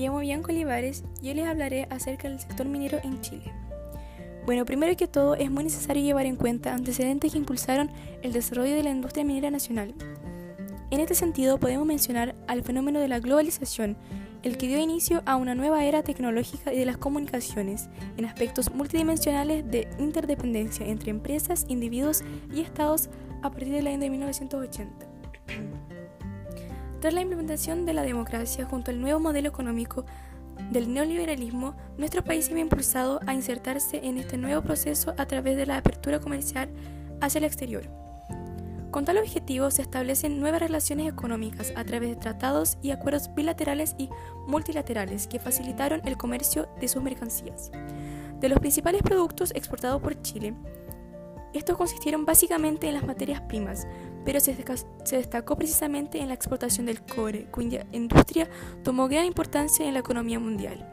llamo Bianca Olivares y hoy les hablaré acerca del sector minero en Chile. Bueno, primero que todo es muy necesario llevar en cuenta antecedentes que impulsaron el desarrollo de la industria minera nacional. En este sentido podemos mencionar al fenómeno de la globalización, el que dio inicio a una nueva era tecnológica y de las comunicaciones, en aspectos multidimensionales de interdependencia entre empresas, individuos y estados a partir del año de 1980. Tras la implementación de la democracia junto al nuevo modelo económico del neoliberalismo, nuestro país se ve impulsado a insertarse en este nuevo proceso a través de la apertura comercial hacia el exterior. Con tal objetivo se establecen nuevas relaciones económicas a través de tratados y acuerdos bilaterales y multilaterales que facilitaron el comercio de sus mercancías. De los principales productos exportados por Chile, estos consistieron básicamente en las materias primas, pero se destacó precisamente en la exportación del cobre, cuya industria tomó gran importancia en la economía mundial,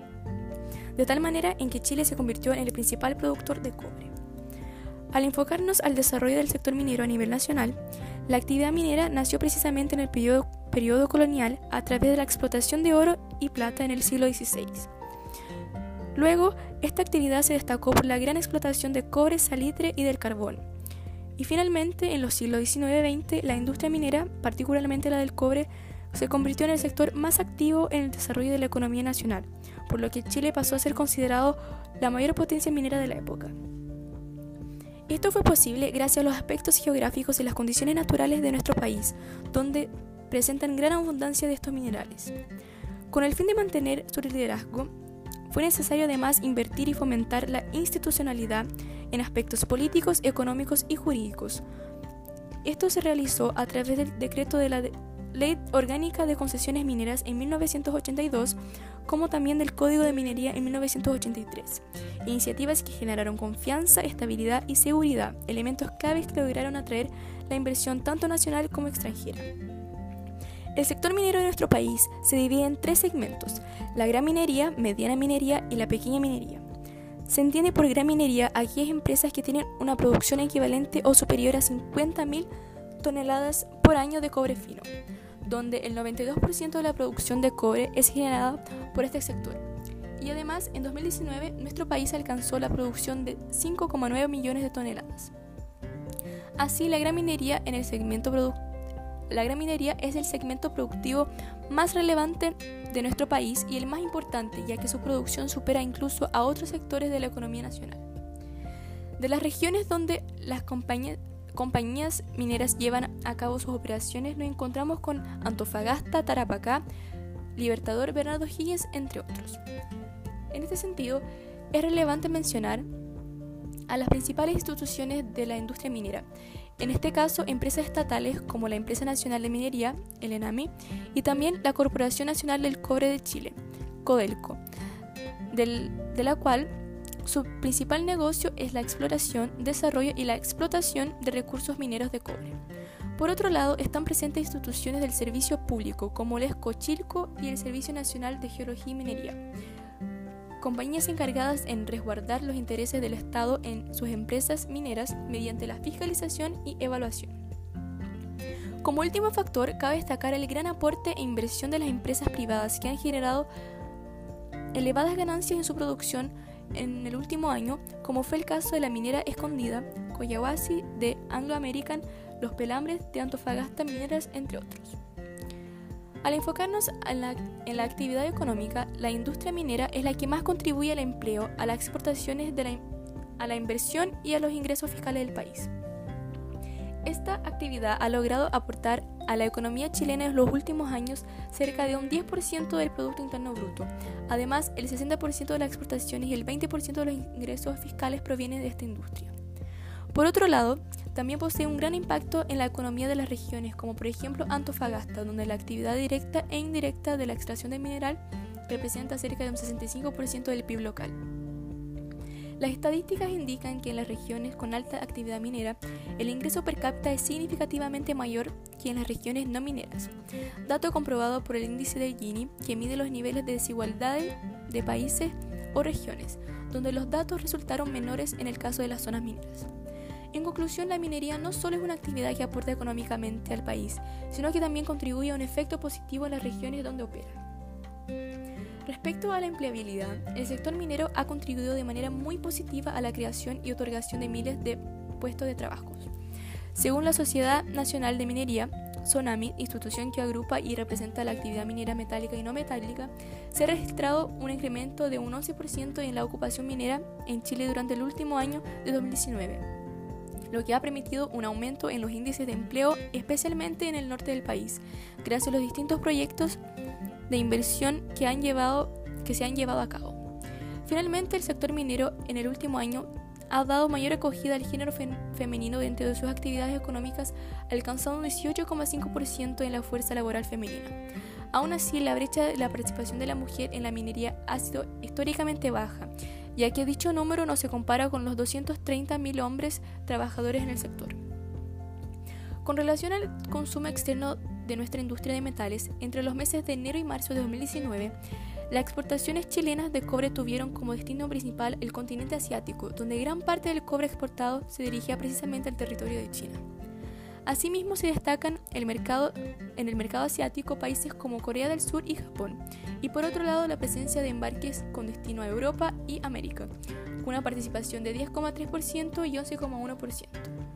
de tal manera en que Chile se convirtió en el principal productor de cobre. Al enfocarnos al desarrollo del sector minero a nivel nacional, la actividad minera nació precisamente en el periodo colonial a través de la explotación de oro y plata en el siglo XVI. Luego, esta actividad se destacó por la gran explotación de cobre, salitre y del carbón. Y finalmente, en los siglos XIX y XX, la industria minera, particularmente la del cobre, se convirtió en el sector más activo en el desarrollo de la economía nacional, por lo que Chile pasó a ser considerado la mayor potencia minera de la época. Esto fue posible gracias a los aspectos geográficos y las condiciones naturales de nuestro país, donde presentan gran abundancia de estos minerales. Con el fin de mantener su liderazgo, fue necesario además invertir y fomentar la institucionalidad en aspectos políticos, económicos y jurídicos. Esto se realizó a través del decreto de la Ley Orgánica de Concesiones Mineras en 1982, como también del Código de Minería en 1983, iniciativas que generaron confianza, estabilidad y seguridad, elementos claves que lograron atraer la inversión tanto nacional como extranjera. El sector minero de nuestro país se divide en tres segmentos: la gran minería, mediana minería y la pequeña minería. Se entiende por gran minería a aquellas empresas que tienen una producción equivalente o superior a 50.000 toneladas por año de cobre fino, donde el 92% de la producción de cobre es generada por este sector. Y además, en 2019, nuestro país alcanzó la producción de 5,9 millones de toneladas. Así, la gran minería es el segmento productivo más relevante de nuestro país y el más importante, ya que su producción supera incluso a otros sectores de la economía nacional. De las regiones donde las compañías mineras llevan a cabo sus operaciones nos encontramos con Antofagasta, Tarapacá, Libertador, Bernardo Higgins, entre otros. En este sentido, es relevante mencionar a las principales instituciones de la industria minera, en este caso empresas estatales como la Empresa Nacional de Minería, el ENAMI, y también la Corporación Nacional del Cobre de Chile, Codelco, de la cual su principal negocio es la exploración, desarrollo y la explotación de recursos mineros de cobre. Por otro lado, están presentes instituciones del servicio público como el Escochilco y el Servicio Nacional de Geología y Minería, compañías encargadas en resguardar los intereses del Estado en sus empresas mineras mediante la fiscalización y evaluación. Como último factor, cabe destacar el gran aporte e inversión de las empresas privadas que han generado elevadas ganancias en su producción en el último año, como fue el caso de la minera Escondida, Collahuasi de Anglo American, Los Pelambres de Antofagasta Mineras, entre otros. Al enfocarnos en la actividad económica, la industria minera es la que más contribuye al empleo, a las exportaciones, a la inversión y a los ingresos fiscales del país. Esta actividad ha logrado aportar a la economía chilena en los últimos años cerca de un 10% del Producto Interno Bruto. Además, el 60% de las exportaciones y el 20% de los ingresos fiscales provienen de esta industria. Por otro lado, también posee un gran impacto en la economía de las regiones, como por ejemplo Antofagasta, donde la actividad directa e indirecta de la extracción de mineral representa cerca de un 65% del PIB local. Las estadísticas indican que en las regiones con alta actividad minera, el ingreso per cápita es significativamente mayor que en las regiones no mineras, dato comprobado por el índice de Gini, que mide los niveles de desigualdad de países o regiones, donde los datos resultaron menores en el caso de las zonas mineras. En conclusión, la minería no solo es una actividad que aporta económicamente al país, sino que también contribuye a un efecto positivo en las regiones donde opera. Respecto a la empleabilidad, el sector minero ha contribuido de manera muy positiva a la creación y otorgación de miles de puestos de trabajo. Según la Sociedad Nacional de Minería, SONAMI, institución que agrupa y representa la actividad minera metálica y no metálica, se ha registrado un incremento de un 11% en la ocupación minera en Chile durante el último año de 2019, lo que ha permitido un aumento en los índices de empleo, especialmente en el norte del país, gracias a los distintos proyectos de inversión que se han llevado a cabo. Finalmente, el sector minero en el último año ha dado mayor acogida al género femenino dentro de sus actividades económicas, alcanzando un 18,5% en la fuerza laboral femenina. Aún así, la brecha de la participación de la mujer en la minería ha sido históricamente baja, ya que dicho número no se compara con los 230.000 hombres trabajadores en el sector. Con relación al consumo externo de nuestra industria de metales, entre los meses de enero y marzo de 2019, las exportaciones chilenas de cobre tuvieron como destino principal el continente asiático, donde gran parte del cobre exportado se dirigía precisamente al territorio de China. Asimismo, se destacan en el mercado asiático países como Corea del Sur y Japón, y por otro lado la presencia de embarques con destino a Europa y América, con una participación de 10,3% y 11,1%.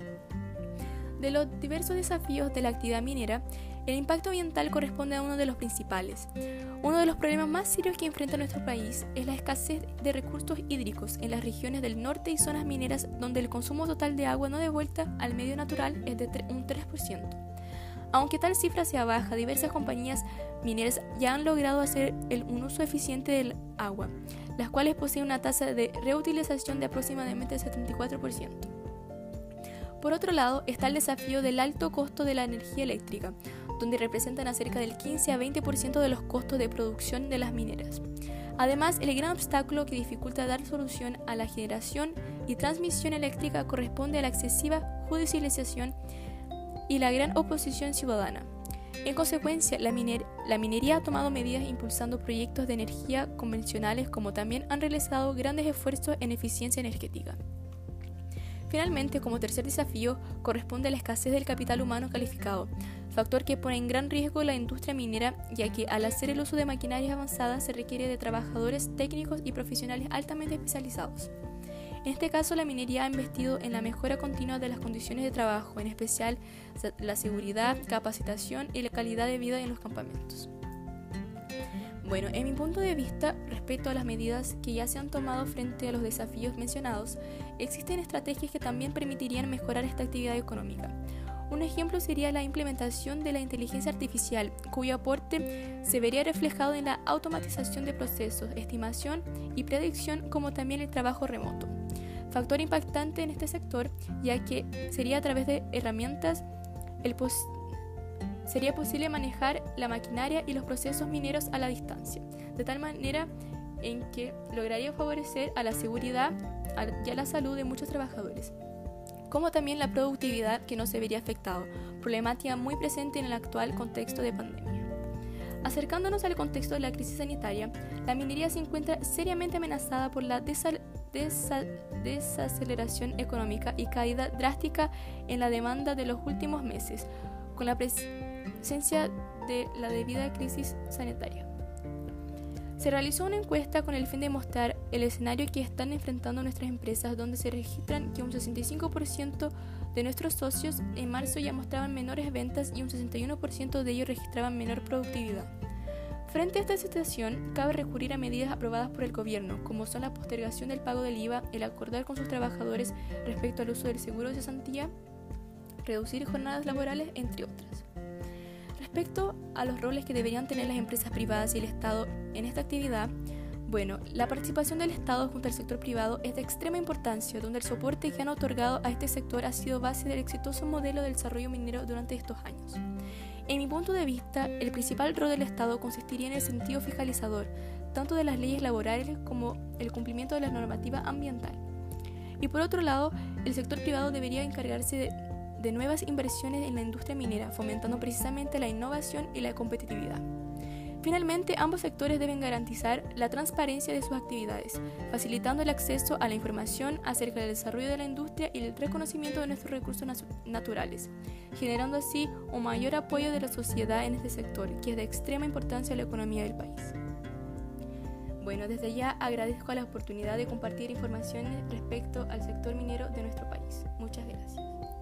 De los diversos desafíos de la actividad minera, el impacto ambiental corresponde a uno de los principales. Uno de los problemas más serios que enfrenta nuestro país es la escasez de recursos hídricos en las regiones del norte y zonas mineras donde el consumo total de agua no devuelta al medio natural es de un 3%. Aunque tal cifra sea baja, diversas compañías mineras ya han logrado hacer un uso eficiente del agua, las cuales poseen una tasa de reutilización de aproximadamente el 74%. Por otro lado, está el desafío del alto costo de la energía eléctrica, donde representan a cerca del 15 a 20% de los costos de producción de las mineras. Además, el gran obstáculo que dificulta dar solución a la generación y transmisión eléctrica corresponde a la excesiva judicialización y la gran oposición ciudadana. En consecuencia, la minería ha tomado medidas impulsando proyectos de energía convencionales, como también han realizado grandes esfuerzos en eficiencia energética. Finalmente, como tercer desafío, corresponde a la escasez del capital humano calificado, factor que pone en gran riesgo la industria minera, ya que al hacer el uso de maquinarias avanzadas se requiere de trabajadores técnicos y profesionales altamente especializados. En este caso, la minería ha investido en la mejora continua de las condiciones de trabajo, en especial la seguridad, capacitación y la calidad de vida en los campamentos. Bueno, en mi punto de vista, respecto a las medidas que ya se han tomado frente a los desafíos mencionados, existen estrategias que también permitirían mejorar esta actividad económica. Un ejemplo sería la implementación de la inteligencia artificial, cuyo aporte se vería reflejado en la automatización de procesos, estimación y predicción, como también el trabajo remoto. Factor impactante en este sector, ya que sería a través de herramientas sería posible manejar la maquinaria y los procesos mineros a la distancia, de tal manera en que lograría favorecer a la seguridad y a la salud de muchos trabajadores, como también la productividad, que no se vería afectado, problemática muy presente en el actual contexto de pandemia. Acercándonos al contexto de la crisis sanitaria, la minería se encuentra seriamente amenazada por la desaceleración económica y caída drástica en la demanda de los últimos meses, con la presencia de la debida crisis sanitaria. Se realizó una encuesta con el fin de mostrar el escenario que están enfrentando nuestras empresas, donde se registran que un 65% de nuestros socios en marzo ya mostraban menores ventas y un 61% de ellos registraban menor productividad. Frente a esta situación, cabe recurrir a medidas aprobadas por el gobierno, como son la postergación del pago del IVA, el acordar con sus trabajadores respecto al uso del seguro de cesantía, reducir jornadas laborales, entre otras. Respecto a los roles que deberían tener las empresas privadas y el Estado en esta actividad, bueno, la participación del Estado junto al sector privado es de extrema importancia, donde el soporte que han otorgado a este sector ha sido base del exitoso modelo de desarrollo minero durante estos años. En mi punto de vista, el principal rol del Estado consistiría en el sentido fiscalizador, tanto de las leyes laborales como el cumplimiento de la normativa ambiental. Y por otro lado, el sector privado debería encargarse de nuevas inversiones en la industria minera, fomentando precisamente la innovación y la competitividad. Finalmente, ambos sectores deben garantizar la transparencia de sus actividades, facilitando el acceso a la información acerca del desarrollo de la industria y el reconocimiento de nuestros recursos naturales, generando así un mayor apoyo de la sociedad en este sector, que es de extrema importancia a la economía del país. Bueno, desde ya agradezco la oportunidad de compartir informaciones respecto al sector minero de nuestro país. Muchas gracias.